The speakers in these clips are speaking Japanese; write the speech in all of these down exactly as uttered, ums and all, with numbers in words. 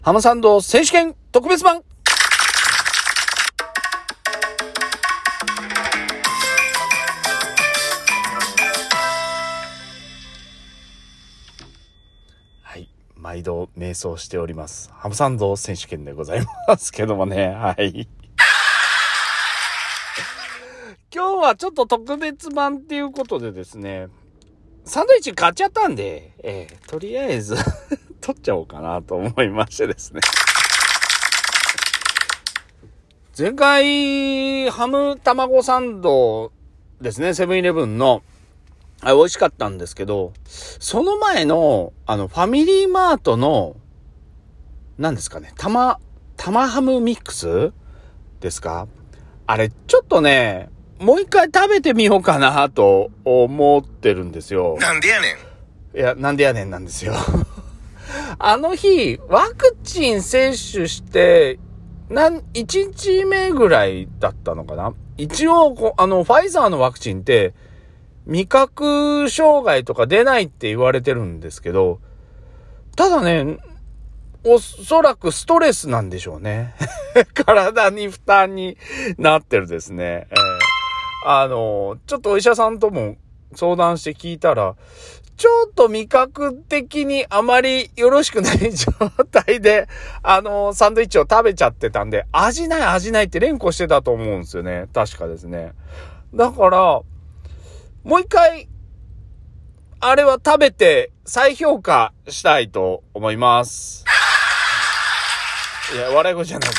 ハムサンド選手権特別版。はい、毎度瞑想しておりますハムサンド選手権でございますけどもね、はい今日はちょっと特別版っていうことでですね、サンドイッチ買っちゃったんで、えー、とりあえず取っちゃおうかなと思いましてですね。前回、ハム卵サンドですね、セブンイレブンの、あ、美味しかったんですけど、その前の、あの、ファミリーマートの、何ですかね、玉、玉ハムミックスですか？あれ、ちょっとね、もう一回食べてみようかなと思ってるんですよ。 なんでやねん。いや、なんでやねんなんですよ。あの日、ワクチン接種して、なん、いちにちめぐらいだったのかな？一応、あの、ファイザーのワクチンって、味覚障害とか出ないって言われてるんですけど、ただね、おそらくストレスなんでしょうね。体に負担になってるですね。えー、あの、ちょっとお医者さんとも相談して聞いたら、ちょっと味覚的にあまりよろしくない状態で、あの、サンドイッチを食べちゃってたんで、味ない味ないって連呼してたと思うんですよね。確かですね。だから、もう一回、あれは食べて再評価したいと思います。いや、笑い声じゃなくて、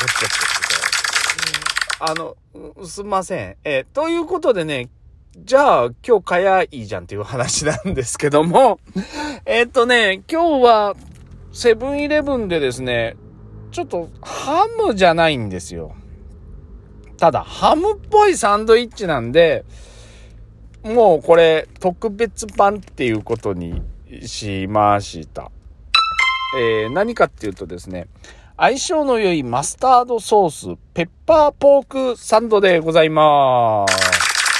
あの、すんません。えー、ということでね、じゃあ今日買やいいじゃんっていう話なんですけども、えっとね、今日はセブンイレブンでですね、ちょっとハムじゃないんですよ。ただハムっぽいサンドイッチなんで、もうこれ特別版っていうことにしました。えー、何かっていうとですね、相性の良いマスタードソースペッパーポークサンドでございます。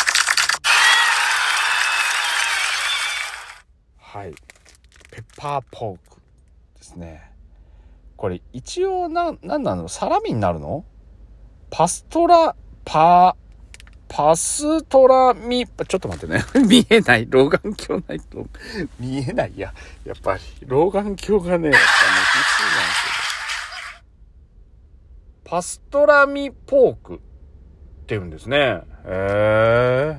はい。ペッパーポークですね。これ一応な、なんなの？サラミになるの？パストラ、パ、パストラミ、ちょっと待ってね。見えない。老眼鏡ないと。見えない。や、やっぱり。老眼鏡がね、やっぱね、必須なんですよ。パストラミポークって言うんですね。へー。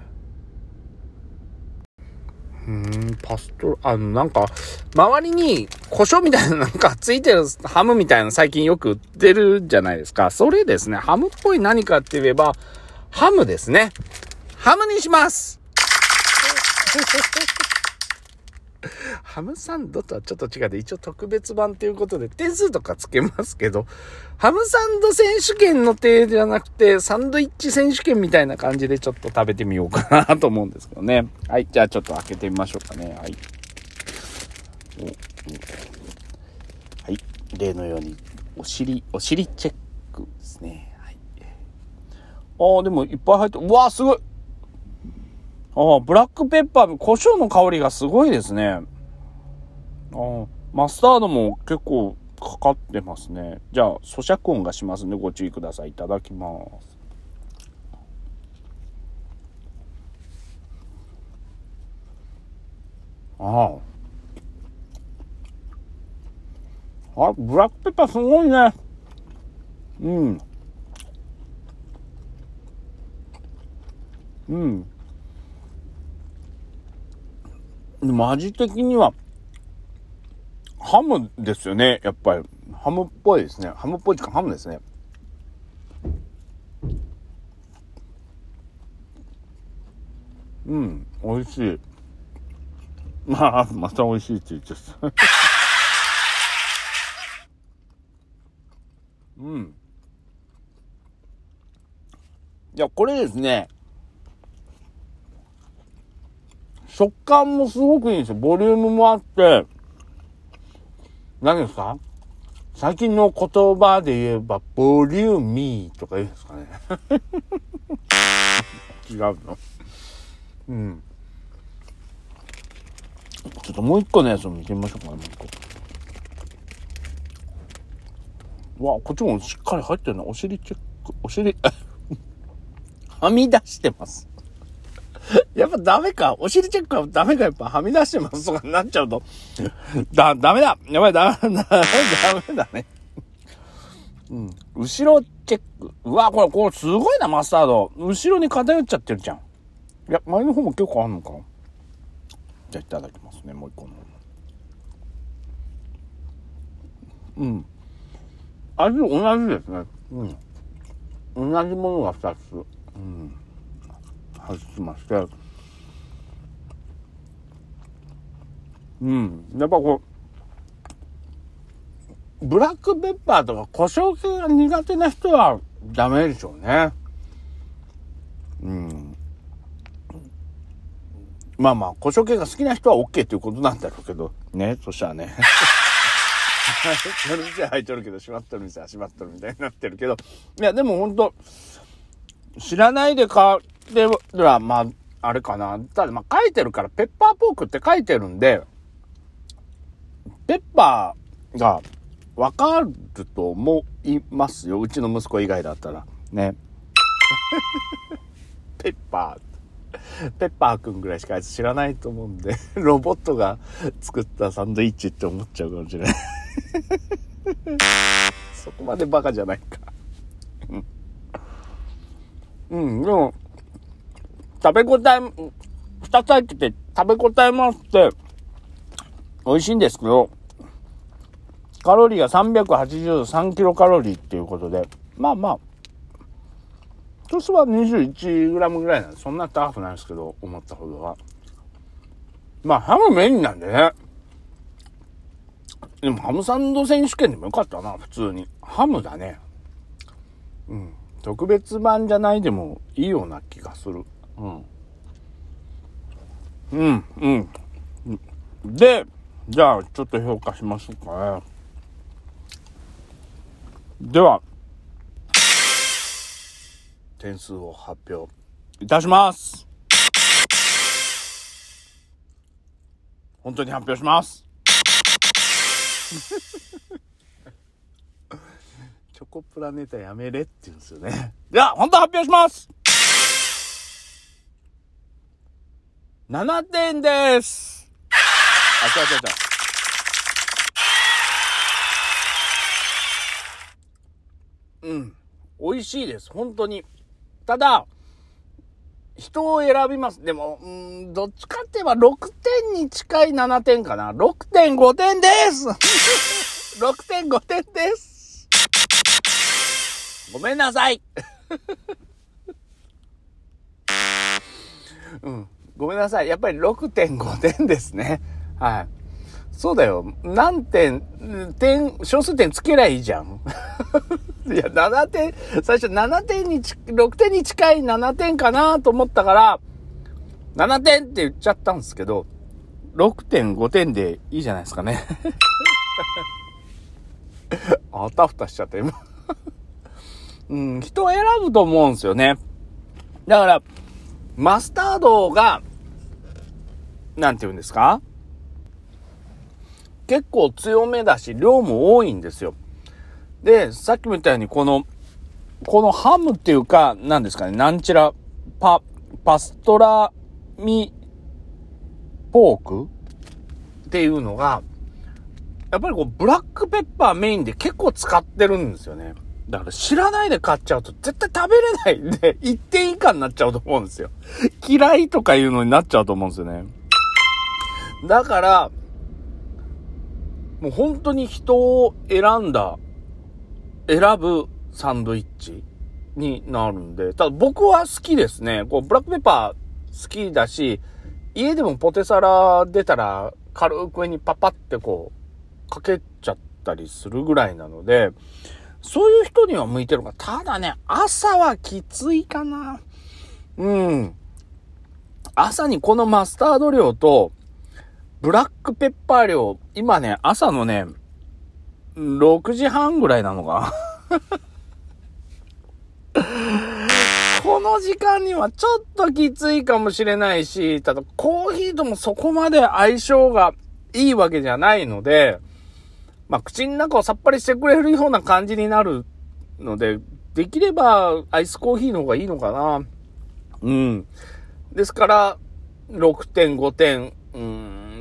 うーん、パスト、あの、なんか、周りに胡椒みたいななんかついてるハムみたいな最近よく売ってるじゃないですか。それですね、ハムっぽい何かって言えば、ハムですね。ハムにしますハムサンドとはちょっと違って、一応特別版ということで点数とかつけますけど、ハムサンド選手権の手じゃなくて、サンドイッチ選手権みたいな感じでちょっと食べてみようかなと思うんですけどね。はい、じゃあちょっと開けてみましょうかね。はい。はい、例のように、お尻、お尻チェックですね。はい。あー、でもいっぱい入って、うわーすごい。あー、ブラックペッパー、胡椒の香りがすごいですね。あ、マスタードも結構かかってますね。じゃあ咀嚼音がしますのでご注意ください。いただきます。ああ、あ、ブラックペッパーすごいね。うんうんでも味的にはハムですよね。やっぱりハムっぽいですね。ハムっぽいかハムですね。うん、美味しい。まあまた美味しいって言っちゃったうん。いや、これですね、食感もすごくいいんですよ。ボリュームもあって、何ですか？最近の言葉で言えば、ボリューミーとか言うんですかね。違うの。うん。ちょっともう一個のやつを見てみましょうかね、もう一個。 うわ、こっちもしっかり入ってるな。お尻チェック、お尻、はみ出してます。やっぱダメか。お尻チェックはダメか。やっぱはみ出してますとかになっちゃうと。だ、ダメだ。やばい、ダメだ。ダメだね。うん。後ろチェック。うわ、これ、これすごいな、マスタード。後ろに偏っちゃってるじゃん。いや、前の方も結構あんのか。じゃあいただきますね、もう一個の。うん。味同じですね。うん。同じものが二つ。うん。外しまして。うん。やっぱこう、ブラックペッパーとか胡椒系が苦手な人はダメでしょうね。うん。まあまあ、胡椒系が好きな人は OK ということなんだろうけど、ね。そしたらね。入ってる店は入っとるけど、閉まっとる店は閉まっとるみたいになってるけど。いや、でもほんと、知らないで買っては、まあ、あれかな。ただ、まあ書いてるから、ペッパーポークって書いてるんで、ペッパーがわかると思いますよ。うちの息子以外だったら。ね。ペッパー。ペッパーくんぐらいしかあいつ知らないと思うんで、ロボットが作ったサンドイッチって思っちゃうかもしれない。そこまでバカじゃないか。うん、でも、食べ応え、二つ入ってて食べ応えもあって、美味しいんですけど、カロリーがさんびゃくはちじゅうさんキロカロリーっていうことで、まあまあ、一つはにじゅういちグラムぐらいなんで、そんな高くないですけど、思ったほどは。まあ、ハムメインなんでね。でも、ハムサンド選手権でもよかったな、普通に。ハムだね。うん。特別版じゃないでもいいような気がする。うん。うん、うん。で、じゃあ、ちょっと評価しますかね。では、点数を発表いたします。本当に発表します。チョコプラネタやめれって言うんですよね。では、本当発表します。ななてんです。あ、違う違う違う。うん。美味しいです。本当に。ただ、人を選びます。でも、うーん、どっちかって言えばろくてんに近いななてんかな。ろくてんごてんです。ろくてんごてんです。ごめんなさい。うん。ごめんなさい。やっぱり ろくてんごてんですね。はい。そうだよ。何点、点、小数点つけりゃいいじゃん。いや、ななてん、最初ななてんに、ろくてんに近いななてんかなと思ったから、ななてんって言っちゃったんですけど、ろくてんごてんでいいじゃないですかね。あたふたしちゃった今。うん、人を選ぶと思うんですよね。だから、マスタードが、なんて言うんですか？結構強めだし、量も多いんですよ。で、さっきも言ったように、この、このハムっていうか、なんですかね、なんちら、パ、パストラミポークっていうのが、やっぱりこう、ブラックペッパーメインで結構使ってるんですよね。だから知らないで買っちゃうと絶対食べれないんで、いってん以下になっちゃうと思うんですよ。嫌いとかいうのになっちゃうと思うんですよね。だから、もう本当に人を選んだ、選ぶサンドイッチになるんで、ただ僕は好きですね。こう、ブラックペッパー好きだし、家でもポテサラ出たら軽く上にパパってこう、かけちゃったりするぐらいなので、そういう人には向いてるのか。ただね、朝はきついかな。うん。朝にこのマスタード量と、ブラックペッパー量、今ね、朝のね、ろくじはんぐらいなのかこの時間にはちょっときついかもしれないし、ただコーヒーともそこまで相性がいいわけじゃないので、 まあ、口の中をさっぱりしてくれるような感じになるので、できればアイスコーヒーの方がいいのかな。うん。ですから、ろくてんごてん。うん。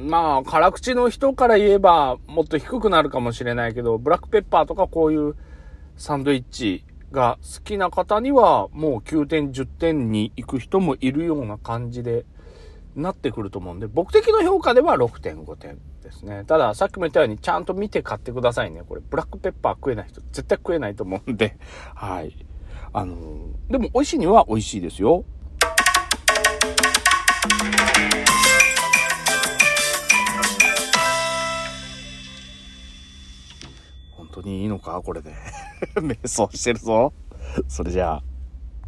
まあ、辛口の人から言えばもっと低くなるかもしれないけど、ブラックペッパーとかこういうサンドイッチが好きな方にはもうきゅうてん、じゅってんに行く人もいるような感じでなってくると思うんで、僕的な評価では ろくてんごてんですね。たださっきも言ったようにちゃんと見て買ってくださいね。これブラックペッパー食えない人絶対食えないと思うんで、はい。あのー、でも美味しいには美味しいですよ。本当にいいのかこれで。瞑想してるぞ。それじゃあ。